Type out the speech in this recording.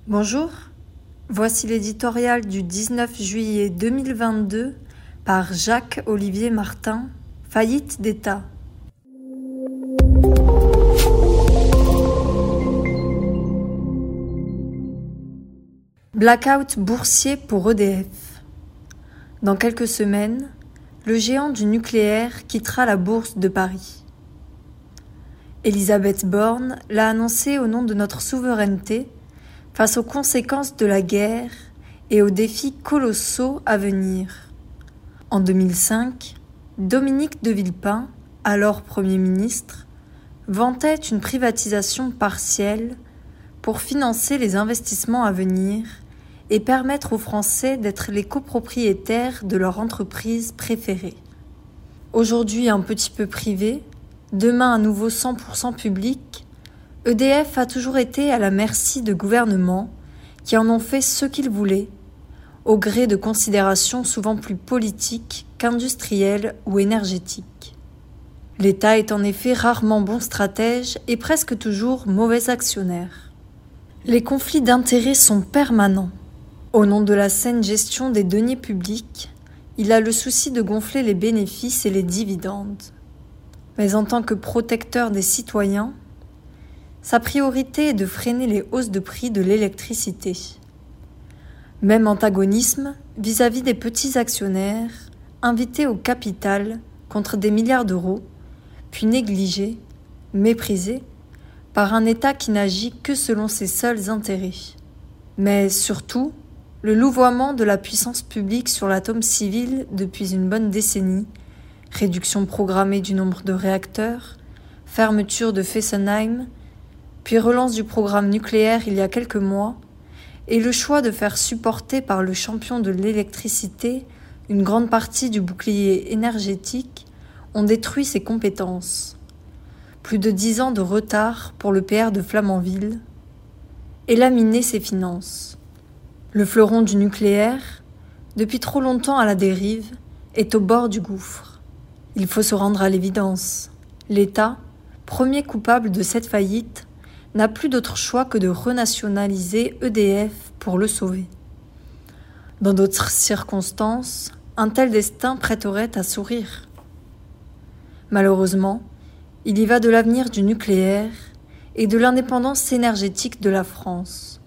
Bonjour, voici l'éditorial du 19 juillet 2022 par Jacques-Olivier Martin, Faillite d'État. Blackout boursier pour EDF. Dans quelques semaines, le géant du nucléaire quittera la bourse de Paris. Elisabeth Borne l'a annoncé au nom de notre souveraineté face aux conséquences de la guerre et aux défis colossaux à venir. En 2005, Dominique de Villepin, alors Premier ministre, vantait une privatisation partielle pour financer les investissements à venir et permettre aux Français d'être les copropriétaires de leur entreprise préférée. Aujourd'hui un petit peu privé, demain à nouveau 100% public, EDF a toujours été à la merci de gouvernements qui en ont fait ce qu'ils voulaient, au gré de considérations souvent plus politiques qu'industrielles ou énergétiques. L'État est en effet rarement bon stratège et presque toujours mauvais actionnaire. Les conflits d'intérêts sont permanents. Au nom de la saine gestion des deniers publics, il a le souci de gonfler les bénéfices et les dividendes. Mais en tant que protecteur des citoyens, sa priorité est de freiner les hausses de prix de l'électricité. Même antagonisme vis-à-vis des petits actionnaires, invités au capital contre des milliards d'euros, puis négligés, méprisés, par un État qui n'agit que selon ses seuls intérêts. Mais surtout, le louvoiement de la puissance publique sur l'atome civil depuis une bonne décennie, réduction programmée du nombre de réacteurs, fermeture de Fessenheim, puis relance du programme nucléaire il y a quelques mois, et le choix de faire supporter par le champion de l'électricité une grande partie du bouclier énergétique ont détruit ses compétences. Plus de 10 ans de retard pour le PR de Flamanville, et laminé ses finances. Le fleuron du nucléaire, depuis trop longtemps à la dérive, est au bord du gouffre. Il faut se rendre à l'évidence. L'État, premier coupable de cette faillite, n'a plus d'autre choix que de renationaliser EDF pour le sauver. Dans d'autres circonstances, un tel destin prêterait à sourire. Malheureusement, il y va de l'avenir du nucléaire et de l'indépendance énergétique de la France.